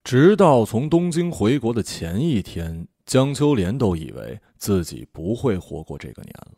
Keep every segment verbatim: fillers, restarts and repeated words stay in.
直到从东京回国的前一天，江秋莲都以为自己不会活过这个年了。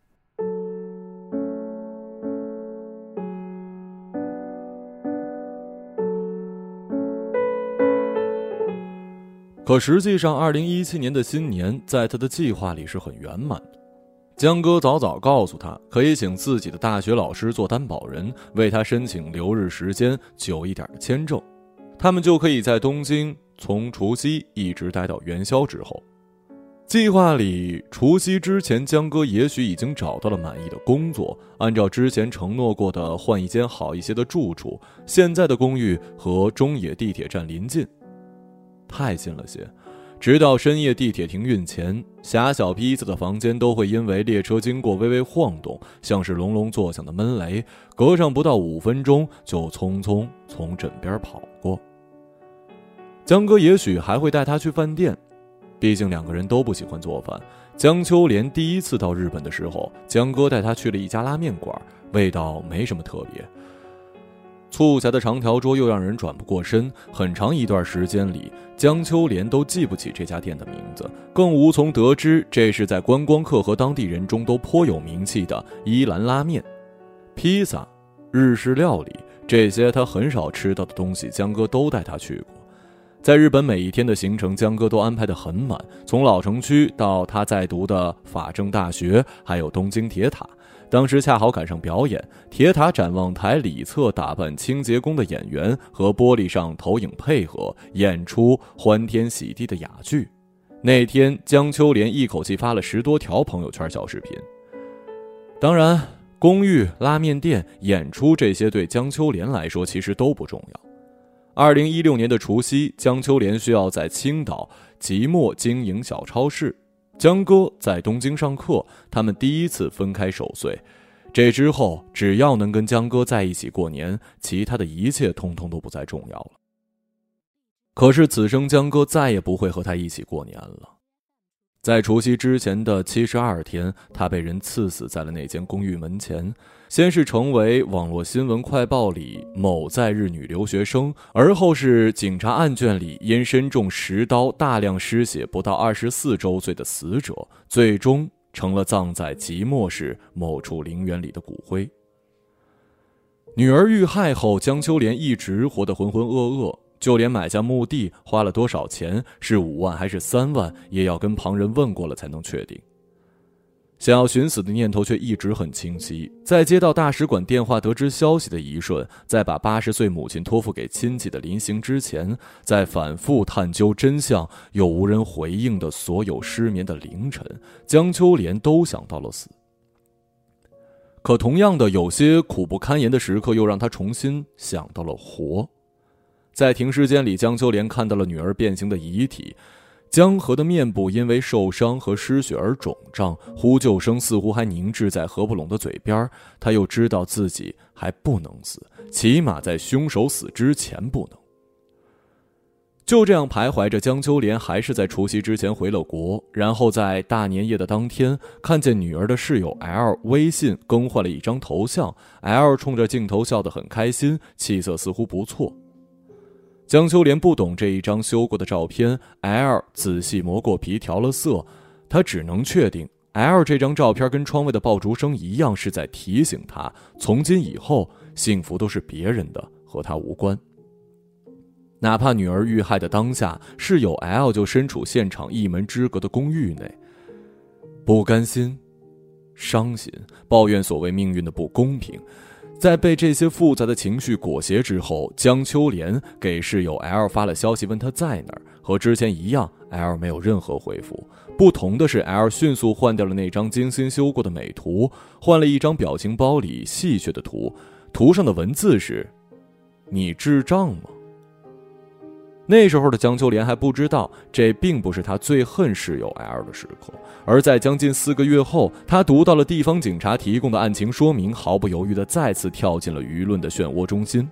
可实际上二零一七年的新年在他的计划里是很圆满的。江哥早早告诉他，可以请自己的大学老师做担保人，为他申请留日时间久一点的签证，他们就可以在东京从除夕一直待到元宵之后。计划里，除夕之前江哥也许已经找到了满意的工作，按照之前承诺过的换一间好一些的住处，现在的公寓和中野地铁站临近，太近了些，直到深夜地铁停运前，狭小逼仄的房间都会因为列车经过微微晃动，像是隆隆作响的闷雷，隔上不到五分钟就匆匆从枕边跑过。江哥也许还会带他去饭店，毕竟两个人都不喜欢做饭。江秋莲第一次到日本的时候，江哥带他去了一家拉面馆，味道没什么特别，促狭的长条桌又让人转不过身，很长一段时间里，江秋莲都记不起这家店的名字，更无从得知这是在观光客和当地人中都颇有名气的伊兰拉面。披萨、日式料理，这些他很少吃到的东西，江哥都带他去过。在日本每一天的行程，江哥都安排得很满，从老城区到他在读的法政大学，还有东京铁塔。当时恰好赶上表演，铁塔展望台里侧打扮清洁工的演员和玻璃上投影配合，演出欢天喜地的哑剧。那天江秋莲一口气发了十多条朋友圈小视频。当然，公寓、拉面店、演出这些对江秋莲来说其实都不重要。二零一六年的除夕，江秋莲需要在青岛即墨经营小超市，江哥在东京上课，他们第一次分开守岁。这之后，只要能跟江哥在一起过年，其他的一切通通都不再重要了。可是此生江哥再也不会和他一起过年了。在除夕之前的七十二天，他被人刺死在了那间公寓门前，先是成为网络新闻快报里某在日女留学生，而后是警察案卷里因身中十刀大量失血不到二十四周岁的死者，最终成了葬在即墨市某处陵园里的骨灰。女儿遇害后，江秋莲一直活得浑浑噩噩，就连买下墓地花了多少钱，是五万还是三万，也要跟旁人问过了才能确定。想要寻死的念头却一直很清晰，在接到大使馆电话得知消息的一瞬，在把八十岁母亲托付给亲戚的临行之前，在反复探究真相又无人回应的所有失眠的凌晨，江秋莲都想到了死。可同样的，有些苦不堪言的时刻又让她重新想到了活。在停尸间里，江秋莲看到了女儿变形的遗体，江河的面部因为受伤和失血而肿胀，呼救声似乎还凝滞在合不拢的嘴边。他又知道自己还不能死，起码在凶手死之前不能。就这样徘徊着，江秋莲还是在除夕之前回了国，然后在大年夜的当天，看见女儿的室友 L 微信更换了一张头像， L 冲着镜头笑得很开心，气色似乎不错。江秋莲不懂这一张修过的照片， L 仔细磨过皮调了色，她只能确定 L 这张照片跟窗外的爆竹声一样，是在提醒她，从今以后幸福都是别人的，和她无关。哪怕女儿遇害的当下，室友 L 就身处现场一门之隔的公寓内，不甘心、伤心、抱怨所谓命运的不公平。在被这些复杂的情绪裹挟之后，江秋莲给室友 L 发了消息问他在哪儿，和之前一样， L 没有任何回复。不同的是， L 迅速换掉了那张精心修过的美图，换了一张表情包里戏谑的图，图上的文字是：你智障吗？那时候的江秋莲还不知道，这并不是他最恨室友 L 的时刻，而在将近四个月后，他读到了地方警察提供的案情说明，毫不犹豫地再次跳进了舆论的漩涡中心。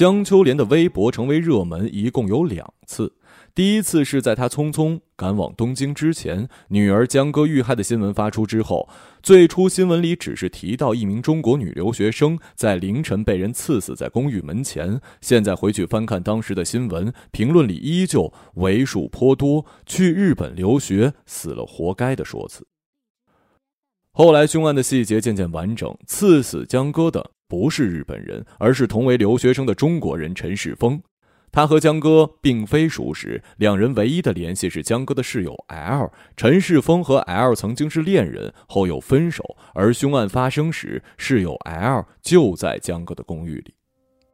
江秋莲的微博成为热门一共有两次。第一次是在他匆匆赶往东京之前，女儿江歌遇害的新闻发出之后，最初新闻里只是提到一名中国女留学生在凌晨被人刺死在公寓门前，现在回去翻看当时的新闻，评论里依旧为数颇多去日本留学死了活该的说辞。后来凶案的细节渐渐完整，刺死江歌的不是日本人，而是同为留学生的中国人陈世峰。他和江歌并非熟识，两人唯一的联系是江歌的室友 L。 陈世峰和 L 曾经是恋人，后又分手，而凶案发生时，室友 L 就在江歌的公寓里。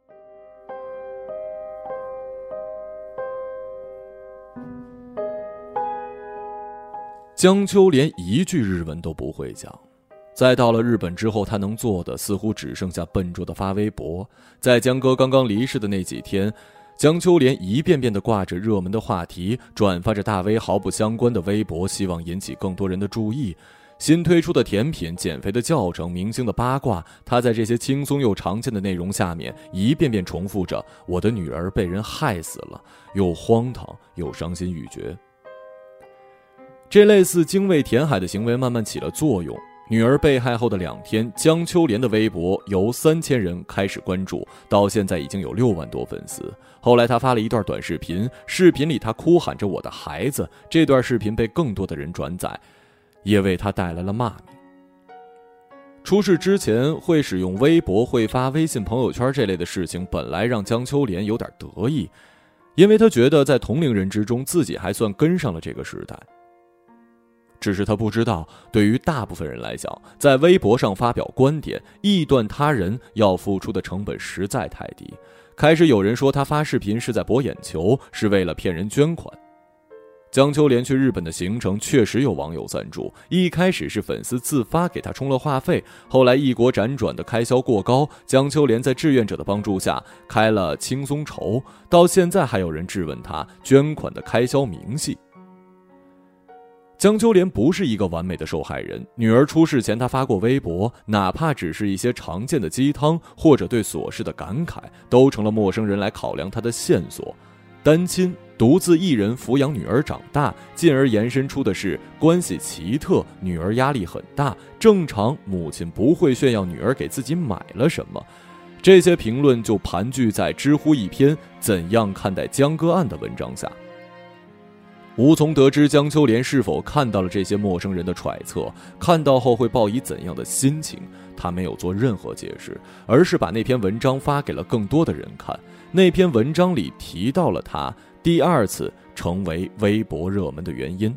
江秋莲一句日文都不会讲，再到了日本之后，他能做的似乎只剩下笨拙的发微博。在江歌刚刚离世的那几天，江秋莲一遍遍地挂着热门的话题，转发着大 V 毫不相关的微博，希望引起更多人的注意。新推出的甜品、减肥的教程、明星的八卦，他在这些轻松又常见的内容下面，一遍遍重复着我的女儿被人害死了，又荒唐又伤心欲绝。这类似精卫填海的行为慢慢起了作用。女儿被害后的两天，江秋莲的微博由三千人开始关注，到现在已经有六万多粉丝。后来她发了一段短视频，视频里她哭喊着我的孩子，这段视频被更多的人转载，也为她带来了骂名。出事之前会使用微博、会发微信朋友圈这类的事情，本来让江秋莲有点得意，因为她觉得在同龄人之中自己还算跟上了这个时代。只是他不知道，对于大部分人来讲，在微博上发表观点、臆断他人要付出的成本实在太低。开始有人说他发视频是在博眼球，是为了骗人捐款。江秋莲去日本的行程确实有网友赞助，一开始是粉丝自发给他充了话费，后来异国辗转的开销过高，江秋莲在志愿者的帮助下开了轻松筹，到现在还有人质问他捐款的开销明细。江秋莲不是一个完美的受害人，女儿出事前她发过微博，哪怕只是一些常见的鸡汤或者对琐事的感慨，都成了陌生人来考量她的线索。单亲独自一人抚养女儿长大，进而延伸出的是关系奇特，女儿压力很大，正常母亲不会炫耀女儿给自己买了什么。这些评论就盘踞在知乎一篇怎样看待江歌案的文章下。无从得知江秋莲是否看到了这些陌生人的揣测，看到后会抱以怎样的心情，他没有做任何解释，而是把那篇文章发给了更多的人看。那篇文章里提到了他第二次成为微博热门的原因。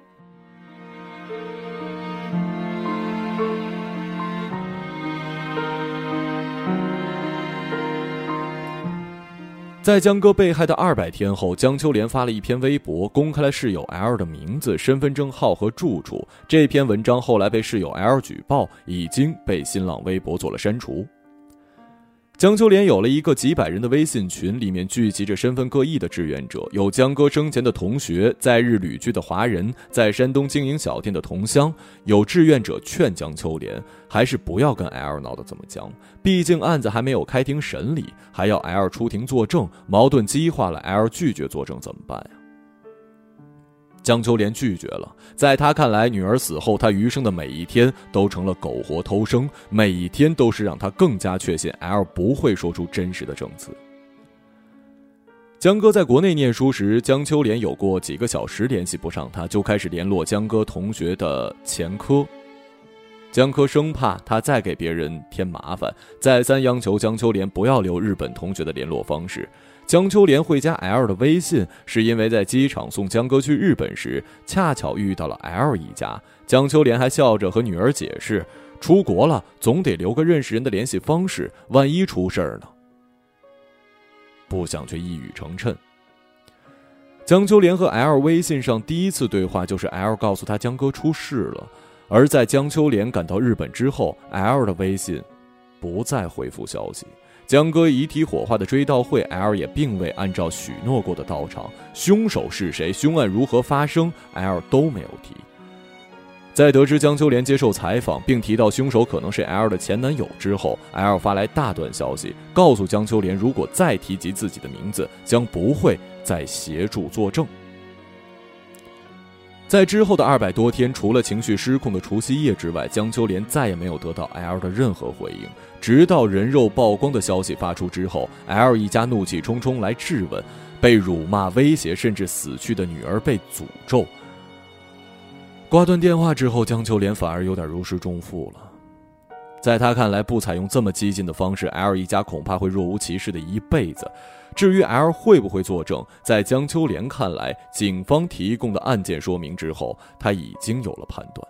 在江歌被害的二百天后，江秋莲发了一篇微博，公开了室友 L 的名字、身份证号和住处。这篇文章后来被室友 L 举报，已经被新浪微博做了删除。江秋莲有了一个几百人的微信群，里面聚集着身份各异的志愿者，有江歌生前的同学，在日旅居的华人，在山东经营小店的同乡。有志愿者劝江秋莲还是不要跟 L 闹得这么僵，毕竟案子还没有开庭审理，还要 L 出庭作证，矛盾激化了 L 拒绝作证怎么办呀？江秋莲拒绝了，在他看来，女儿死后，他余生的每一天都成了苟活偷生，每一天都是让他更加确信 L 不会说出真实的证词。江歌在国内念书时，江秋莲有过几个小时联系不上他，就开始联络江歌同学的前科。江歌生怕他再给别人添麻烦，再三央求江秋莲不要留日本同学的联络方式。江秋莲会加 L 的微信，是因为在机场送江歌去日本时，恰巧遇到了 L 一家。江秋莲还笑着和女儿解释，出国了总得留个认识人的联系方式，万一出事儿呢？不想却一语成谶。江秋莲和 L 微信上第一次对话就是 L 告诉他江歌出事了，而在江秋莲赶到日本之后， L 的微信不再回复消息。江歌遗体火化的追悼会 L 也并未按照许诺过的到场，凶手是谁，凶案如何发生 L 都没有提。 在得知江秋莲接受采访并提到凶手可能是 L 的前男友之后， L 发来大段消息，告诉江秋莲如果再提及自己的名字，将不会再协助作证。在之后的二百多天，除了情绪失控的除夕夜之外，江秋莲再也没有得到 L 的任何回应。直到人肉曝光的消息发出之后， L 一家怒气冲冲来质问，被辱骂威胁甚至死去的女儿被诅咒。挂断电话之后，江秋莲反而有点如释重负了。在他看来，不采用这么激进的方式， L 一家恐怕会若无其事的一辈子。至于 L 会不会作证，在江秋莲看来，警方提供的案件说明之后，他已经有了判断。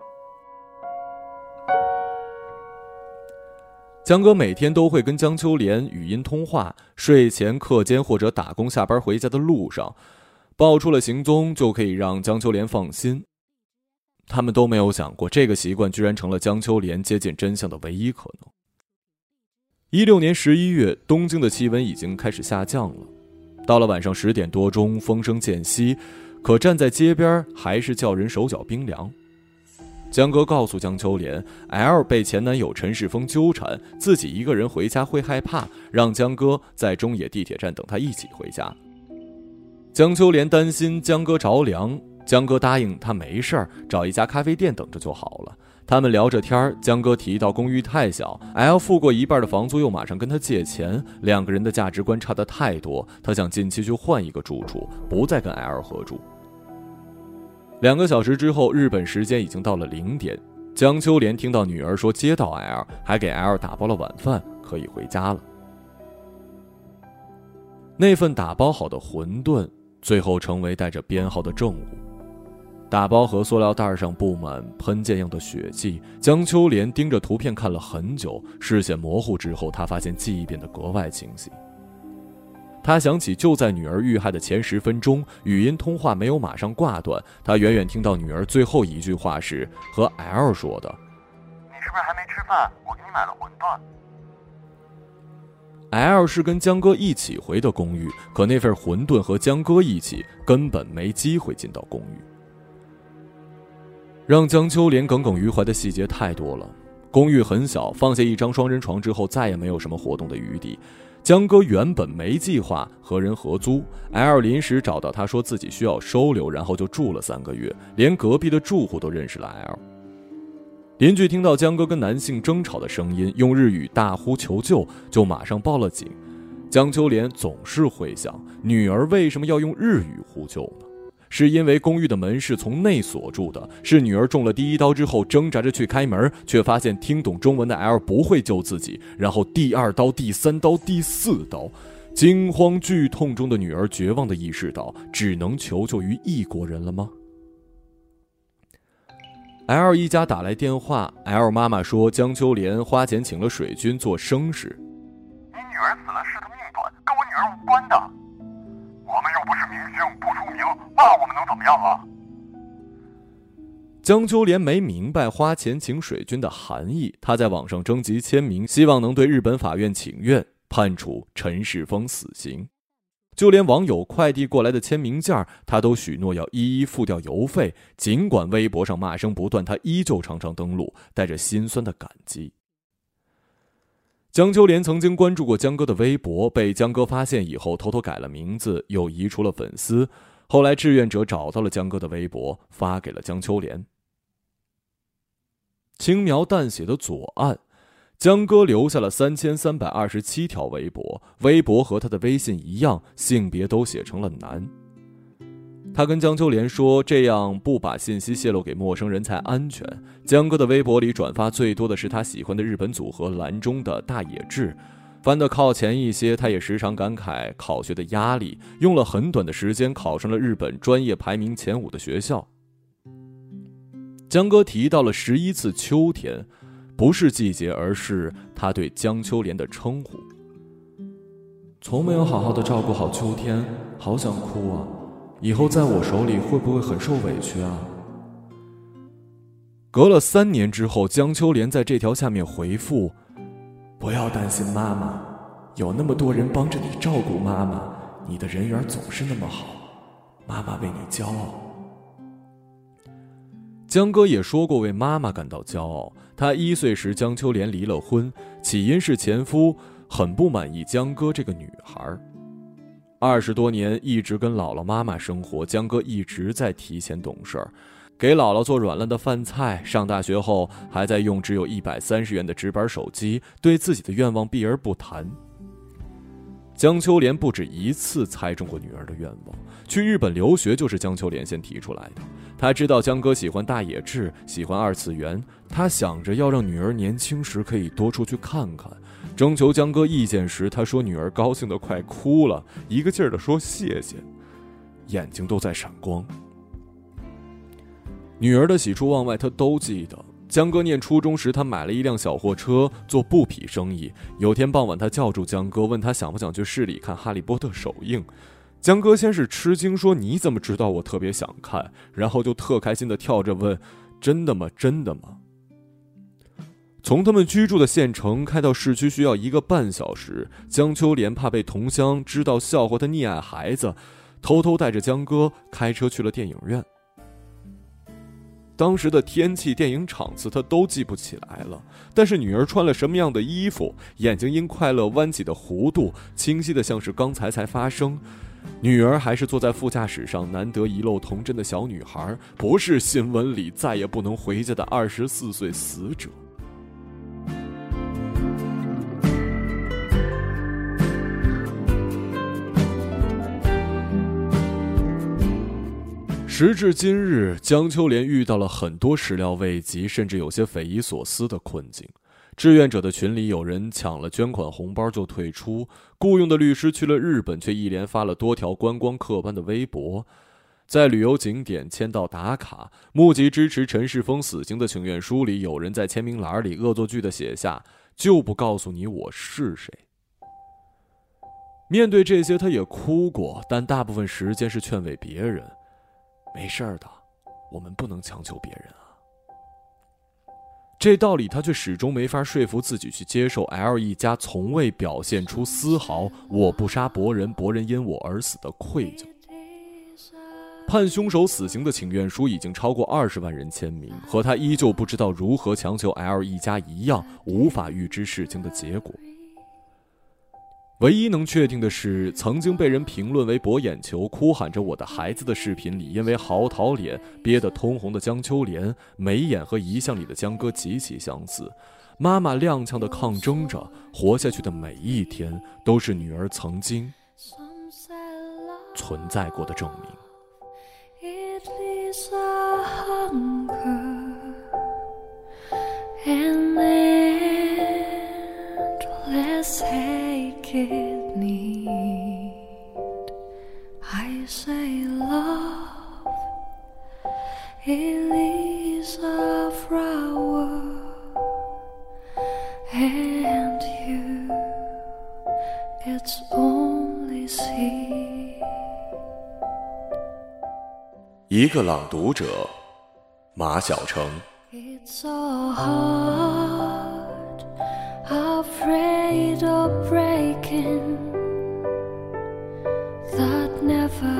江哥每天都会跟江秋莲语音通话，睡前、课间或者打工下班回家的路上，报出了行踪就可以让江秋莲放心。他们都没有想过，这个习惯居然成了江秋莲接近真相的唯一可能。一六年十一月，东京的气温已经开始下降了。到了晚上十点多钟，风声渐息，可站在街边还是叫人手脚冰凉。江哥告诉江秋莲 ，L 被前男友陈世峰纠缠，自己一个人回家会害怕，让江哥在中野地铁站等他一起回家。江秋莲担心江哥着凉，江哥答应他没事儿，找一家咖啡店等着就好了。他们聊着天，江哥提到公寓太小， L 付过一半的房租又马上跟他借钱，两个人的价值观差得太多，他想近期去换一个住处，不再跟 L 合住。两个小时之后，日本时间已经到了零点，江秋莲听到女儿说接到 L， 还给 L 打包了晚饭，可以回家了。那份打包好的馄饨最后成为带着编号的证物。打包盒塑料袋上布满喷溅样的血迹，江秋莲盯着图片看了很久，视线模糊之后，她发现记忆变得格外清晰。她想起就在女儿遇害的前十分钟，语音通话没有马上挂断，她远远听到女儿最后一句话是和 L 说的：“ 你是不是还没吃饭？我给你买了馄饨。” L 是跟江哥一起回的公寓，可那份馄饨和江哥一起根本没机会进到公寓。让江秋莲耿耿于怀的细节太多了。公寓很小，放下一张双人床之后，再也没有什么活动的余地。江哥原本没计划和人合租， L 临时找到他说自己需要收留，然后就住了三个月，连隔壁的住户都认识了 L。 邻居听到江哥跟男性争吵的声音，用日语大呼求救，就马上报了警。江秋莲总是会想，女儿为什么要用日语呼救呢？是因为公寓的门是从内锁住的，是女儿中了第一刀之后挣扎着去开门，却发现听懂中文的 L 不会救自己，然后第二刀、第三刀、第四刀，惊慌剧痛中的女儿绝望地意识到，只能求救于异国人了吗？ L 一家打来电话， L 妈妈说江秋莲花钱请了水军做生事。 你女儿死了是她命短，跟我女儿无关的。我们又不是明星，不出名，骂我们能怎么样啊？ 江秋莲没明白花钱请水军的含义，她在网上征集签名，希望能对日本法院请愿，判处陈世峰死刑。就连网友快递过来的签名件，她都许诺要一一付掉邮费。尽管微博上骂声不断，她依旧常常登录，带着心酸的感激。江秋莲曾经关注过江哥的微博，被江哥发现以后偷偷改了名字，又移除了粉丝。后来志愿者找到了江哥的微博，发给了江秋莲。轻描淡写的左岸，江哥留下了三千三百二十七条微博，微博和他的微信一样，性别都写成了男。他跟江秋莲说，这样不把信息泄露给陌生人才安全。江哥的微博里转发最多的是他喜欢的日本组合蓝中的大野智，翻得靠前一些，他也时常感慨考学的压力，用了很短的时间考上了日本专业排名前五的学校。江哥提到了十一次秋天，不是季节，而是他对江秋莲的称呼。从没有好好的照顾好秋天，好想哭啊，以后在我手里会不会很受委屈啊？隔了三年之后，江秋莲在这条下面回复：不要担心妈妈，有那么多人帮着你照顾妈妈，你的人缘总是那么好，妈妈为你骄傲。 江歌也说过为妈妈感到骄傲，他一岁时江秋莲离了婚，起因是前夫很不满意江歌这个女孩。二十多年一直跟姥姥妈妈生活，江歌一直在提前懂事，给姥姥做软烂的饭菜，上大学后还在用只有一百三十元的直板手机，对自己的愿望避而不谈。江秋莲不止一次猜中过女儿的愿望，去日本留学就是江秋莲先提出来的。他知道江歌喜欢大野智，喜欢二次元，他想着要让女儿年轻时可以多出去看看。征求江歌意见时，他说女儿高兴得快哭了，一个劲儿地说谢谢，眼睛都在闪光。女儿的喜出望外他都记得。江歌念初中时，他买了一辆小货车做布匹生意。有天傍晚，他叫住江歌，问他想不想去市里看《哈利波特》首映。江歌先是吃惊，说你怎么知道我特别想看，然后就特开心地跳着问，真的吗？真的吗？从他们居住的县城开到市区需要一个半小时，江秋莲怕被同乡知道笑话他溺爱孩子，偷偷带着江歌开车去了电影院。当时的天气、电影场次他都记不起来了，但是女儿穿了什么样的衣服，眼睛因快乐弯起的弧度清晰的像是刚才才发生。女儿还是坐在副驾驶上难得一露童真的小女孩，不是新闻里再也不能回家的二十四岁死者。时至今日，江秋莲遇到了很多始料未及甚至有些匪夷所思的困境。志愿者的群里有人抢了捐款红包就退出，雇佣的律师去了日本，却一连发了多条观光客般的微博，在旅游景点签到打卡，募集支持陈世峰死刑的请愿书里，有人在签名栏里恶作剧地写下就不告诉你我是谁。面对这些他也哭过，但大部分时间是劝慰别人，没事的，我们不能强求别人啊。这道理他却始终没法说服自己去接受 L 一家从未表现出丝毫我不杀伯仁，伯仁因我而死的愧疚。判凶手死刑的请愿书已经超过二十万人签名，和他依旧不知道如何强求 L 一家一样，无法预知事情的结果。唯一能确定的是，曾经被人评论为博眼球、哭喊着我的孩子的视频里，因为嚎啕脸憋得通红的江秋莲，眉眼和遗像里的江歌极其相似。妈妈踉跄地抗争着，活下去的每一天都是女儿曾经存在过的证明。 It need I say love it is a flower and you it's only seed。 一个朗读者，马晓成。 It's so hard afraid of breaking that never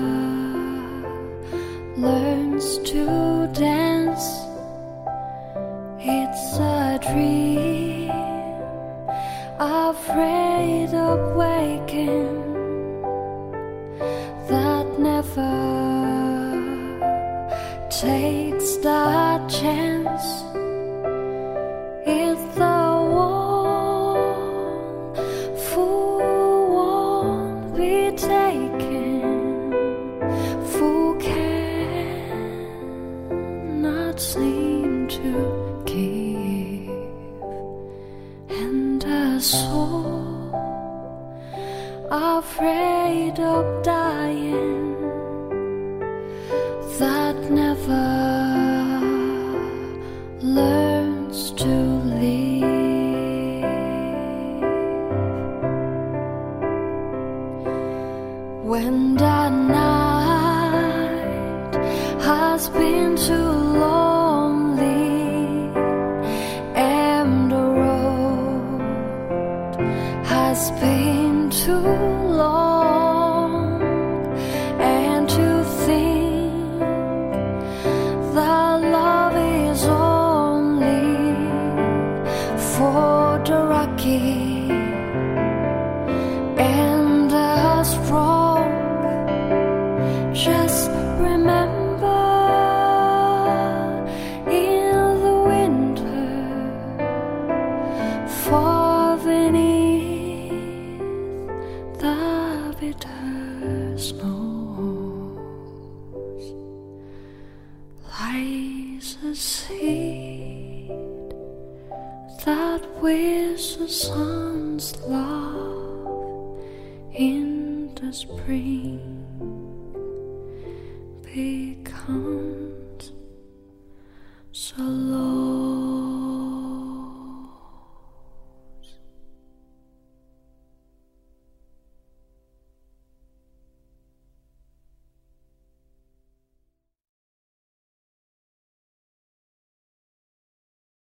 learns to dance. It's a dream afraid of waking that never takes that chance. It's the seem to give, and a soul afraid of dying that never learns to live. When the night has been too long has been too long, and to think the the bitter snows lies a seed that wears the sun's love in the spring become